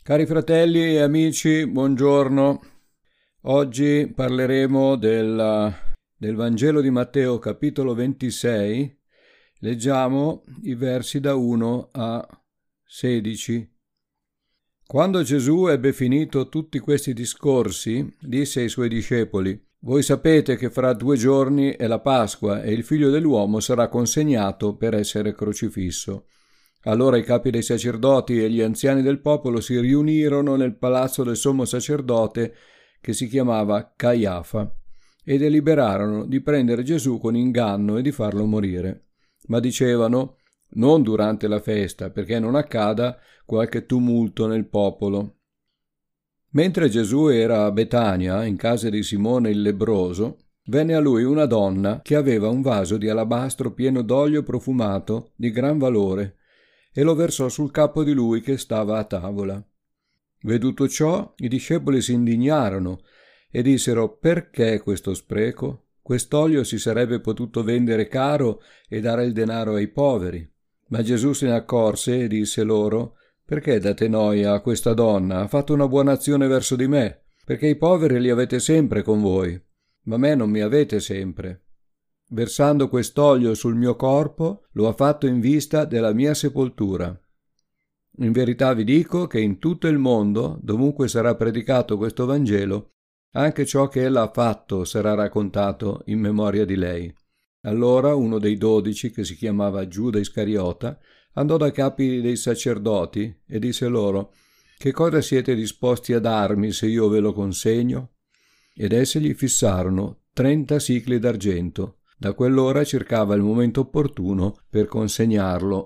Cari fratelli e amici, buongiorno. Oggi parleremo del Vangelo di Matteo, capitolo 26. Leggiamo i versi da 1 a 16. Quando Gesù ebbe finito tutti questi discorsi, disse ai suoi discepoli: Voi sapete che fra 2 giorni è la Pasqua e il Figlio dell'uomo sarà consegnato per essere crocifisso. Allora i capi dei sacerdoti e gli anziani del popolo si riunirono nel palazzo del sommo sacerdote, che si chiamava Caiafa, e deliberarono di prendere Gesù con inganno e di farlo morire. Ma dicevano: non durante la festa, perché non accada qualche tumulto nel popolo. Mentre Gesù era a Betania, in casa di Simone il lebbroso, venne a lui una donna che aveva un vaso di alabastro pieno d'olio profumato di gran valore, e lo versò sul capo di lui che stava a tavola. Veduto ciò, i discepoli si indignarono e dissero: perché questo spreco? Quest'olio si sarebbe potuto vendere caro e dare il denaro ai poveri. Ma Gesù se ne accorse e disse loro: perché date noia a questa donna? Ha fatto una buona azione verso di me, perché i poveri li avete sempre con voi, ma me non mi avete sempre. Versando quest'olio sul mio corpo, lo ha fatto in vista della mia sepoltura. In verità vi dico che in tutto il mondo, dovunque sarà predicato questo Vangelo, anche ciò che ella ha fatto sarà raccontato in memoria di lei. Allora uno dei 12, che si chiamava Giuda Iscariota, andò dai capi dei sacerdoti e disse loro: che cosa siete disposti a darmi se io ve lo consegno? Ed essi gli fissarono 30 sicli d'argento. Da quell'ora cercava il momento opportuno per consegnarlo.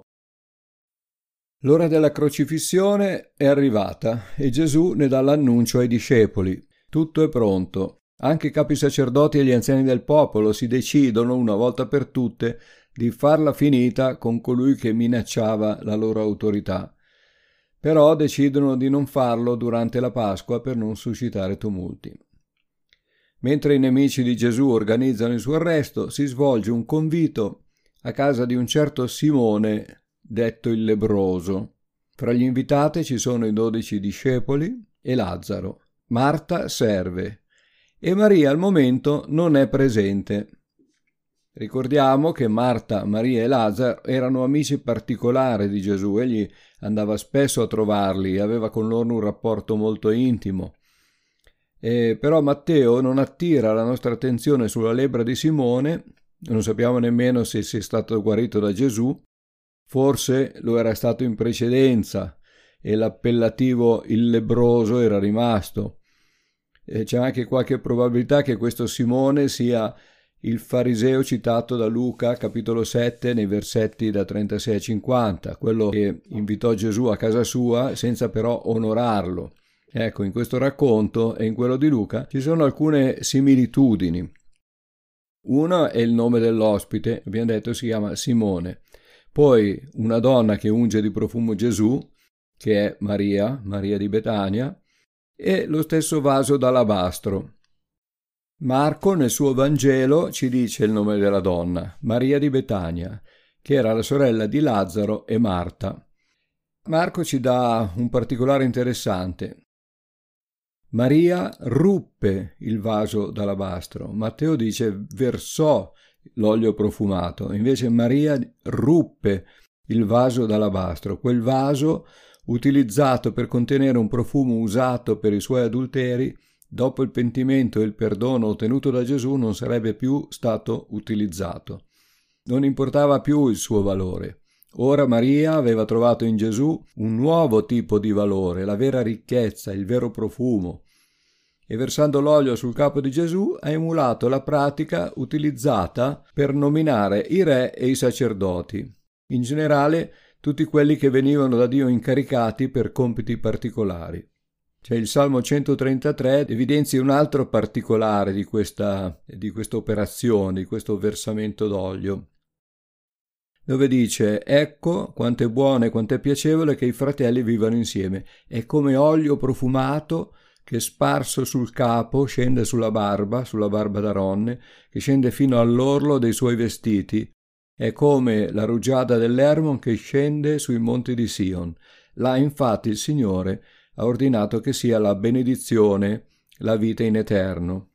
L'ora della crocifissione è arrivata e Gesù ne dà l'annuncio ai discepoli. Tutto è pronto. Anche i capi sacerdoti e gli anziani del popolo si decidono, una volta per tutte, di farla finita con colui che minacciava la loro autorità. Però decidono di non farlo durante la Pasqua per non suscitare tumulti. Mentre i nemici di Gesù organizzano il suo arresto, si svolge un convito a casa di un certo Simone, detto il lebbroso. Fra gli invitati ci sono i 12 discepoli e Lazzaro. Marta serve e Maria al momento non è presente. Ricordiamo che Marta, Maria e Lazzaro erano amici particolari di Gesù. Egli andava spesso a trovarli e aveva con loro un rapporto molto intimo. Però Matteo non attira la nostra attenzione sulla lebbra di Simone, non sappiamo nemmeno se sia stato guarito da Gesù, forse lo era stato in precedenza e l'appellativo il lebbroso era rimasto. C'è anche qualche probabilità che questo Simone sia il fariseo citato da Luca, capitolo 7, nei versetti da 36 a 50, quello che invitò Gesù a casa sua senza però onorarlo. Ecco, in questo racconto e in quello di Luca ci sono alcune similitudini. Una è il nome dell'ospite, abbiamo detto si chiama Simone. Poi una donna che unge di profumo Gesù, che è Maria di Betania, e lo stesso vaso d'alabastro. Marco nel suo Vangelo ci dice il nome della donna, Maria di Betania, che era la sorella di Lazzaro e Marta. Marco ci dà un particolare interessante. Maria ruppe il vaso d'alabastro. Matteo dice versò l'olio profumato, invece Maria ruppe il vaso d'alabastro, quel vaso utilizzato per contenere un profumo usato per i suoi adulteri. Dopo il pentimento e il perdono ottenuto da Gesù non sarebbe più stato utilizzato. Non importava più il suo valore. Ora Maria aveva trovato in Gesù un nuovo tipo di valore, la vera ricchezza, il vero profumo. E versando l'olio sul capo di Gesù ha emulato la pratica utilizzata per nominare i re e i sacerdoti. In generale, tutti quelli che venivano da Dio incaricati per compiti particolari. Il Salmo 133 evidenzia un altro particolare di questa operazione, di questo versamento d'olio, dove dice: ecco quanto è buono e quanto è piacevole che i fratelli vivano insieme. È come olio profumato che sparso sul capo scende sulla barba d'Aaronne, che scende fino all'orlo dei suoi vestiti. È come la rugiada dell'Hermon che scende sui monti di Sion. Là infatti il Signore ha ordinato che sia la benedizione, la vita in eterno.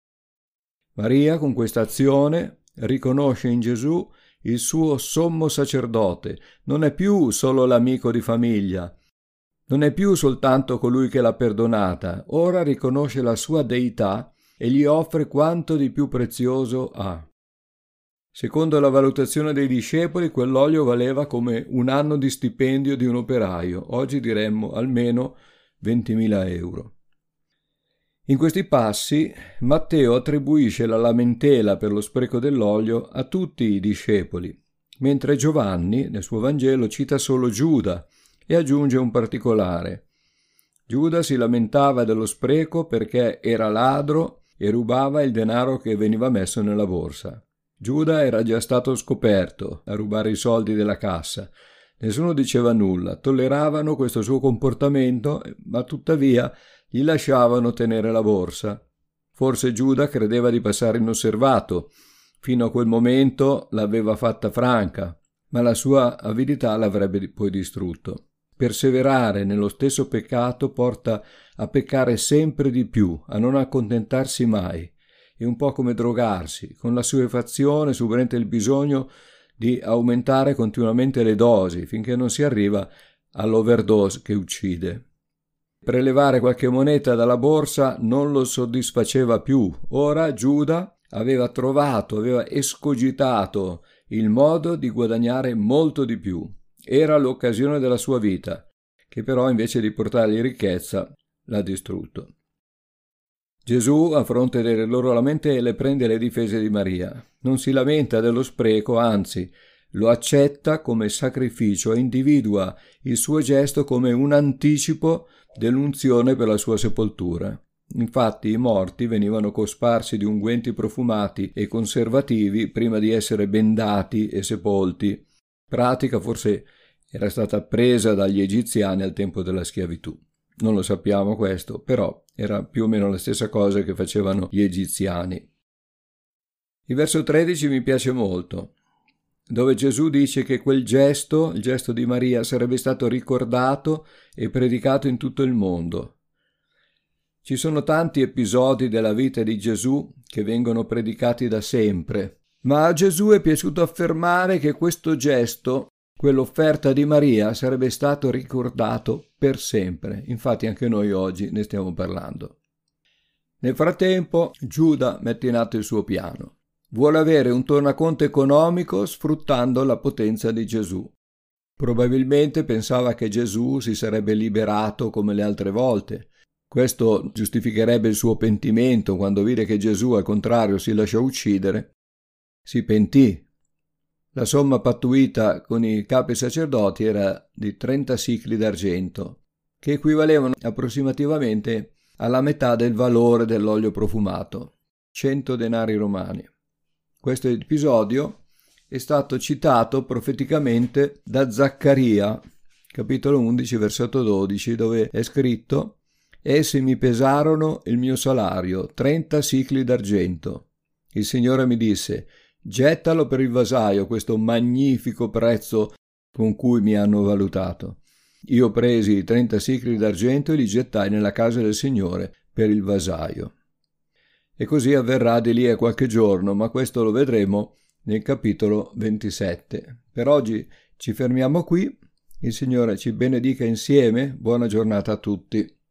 Maria, con questa azione, riconosce in Gesù il suo sommo sacerdote. Non è più solo l'amico di famiglia, non è più soltanto colui che l'ha perdonata, ora riconosce la sua deità e gli offre quanto di più prezioso ha. Secondo la valutazione dei discepoli, quell'olio valeva come un anno di stipendio di un operaio, oggi diremmo almeno 20.000 euro. In questi passi Matteo attribuisce la lamentela per lo spreco dell'olio a tutti i discepoli, mentre Giovanni nel suo Vangelo cita solo Giuda e aggiunge un particolare. Giuda si lamentava dello spreco perché era ladro e rubava il denaro che veniva messo nella borsa. Giuda era già stato scoperto a rubare i soldi della cassa. Nessuno diceva nulla, tolleravano questo suo comportamento, ma tuttavia gli lasciavano tenere la borsa. Forse Giuda credeva di passare inosservato. Fino a quel momento l'aveva fatta franca, ma la sua avidità l'avrebbe poi distrutto. Perseverare nello stesso peccato porta a peccare sempre di più, a non accontentarsi mai. È un po' come drogarsi. Con la subefazione subentra il bisogno di aumentare continuamente le dosi finché non si arriva all'overdose che uccide. Prelevare qualche moneta dalla borsa non lo soddisfaceva più. Ora Giuda aveva escogitato il modo di guadagnare molto di più. Era l'occasione della sua vita, che però invece di portargli ricchezza l'ha distrutto. Gesù, a fronte delle loro lamentele, prende le difese di Maria. Non si lamenta dello spreco, anzi, lo accetta come sacrificio e individua il suo gesto come un anticipo dell'unzione per la sua sepoltura. Infatti i morti venivano cosparsi di unguenti profumati e conservativi prima di essere bendati e sepolti. Pratica forse era stata presa dagli egiziani al tempo della schiavitù. Non lo sappiamo questo, però era più o meno la stessa cosa che facevano gli egiziani. Il verso 13 mi piace molto, dove Gesù dice che quel gesto, il gesto di Maria, sarebbe stato ricordato e predicato in tutto il mondo. Ci sono tanti episodi della vita di Gesù che vengono predicati da sempre, ma a Gesù è piaciuto affermare che questo gesto, quell'offerta di Maria, sarebbe stato ricordato per sempre. Infatti anche noi oggi ne stiamo parlando. Nel frattempo Giuda mette in atto il suo piano. Vuole avere un tornaconto economico sfruttando la potenza di Gesù. Probabilmente pensava che Gesù si sarebbe liberato come le altre volte. Questo giustificherebbe il suo pentimento quando vide che Gesù al contrario si lasciò uccidere. Si pentì. La somma pattuita con i capi sacerdoti era di 30 sicli d'argento, che equivalevano approssimativamente alla metà del valore dell'olio profumato, 100 denari romani. Questo episodio è stato citato profeticamente da Zaccaria, capitolo 11, versetto 12, dove è scritto: «Essi mi pesarono il mio salario, 30 sicli d'argento. Il Signore mi disse: gettalo per il vasaio, questo magnifico prezzo con cui mi hanno valutato. Io presi i 30 sicli d'argento e li gettai nella casa del Signore per il vasaio». E così avverrà di lì a qualche giorno, ma questo lo vedremo nel capitolo 27. Per oggi ci fermiamo qui. Il Signore ci benedica insieme. Buona giornata a tutti.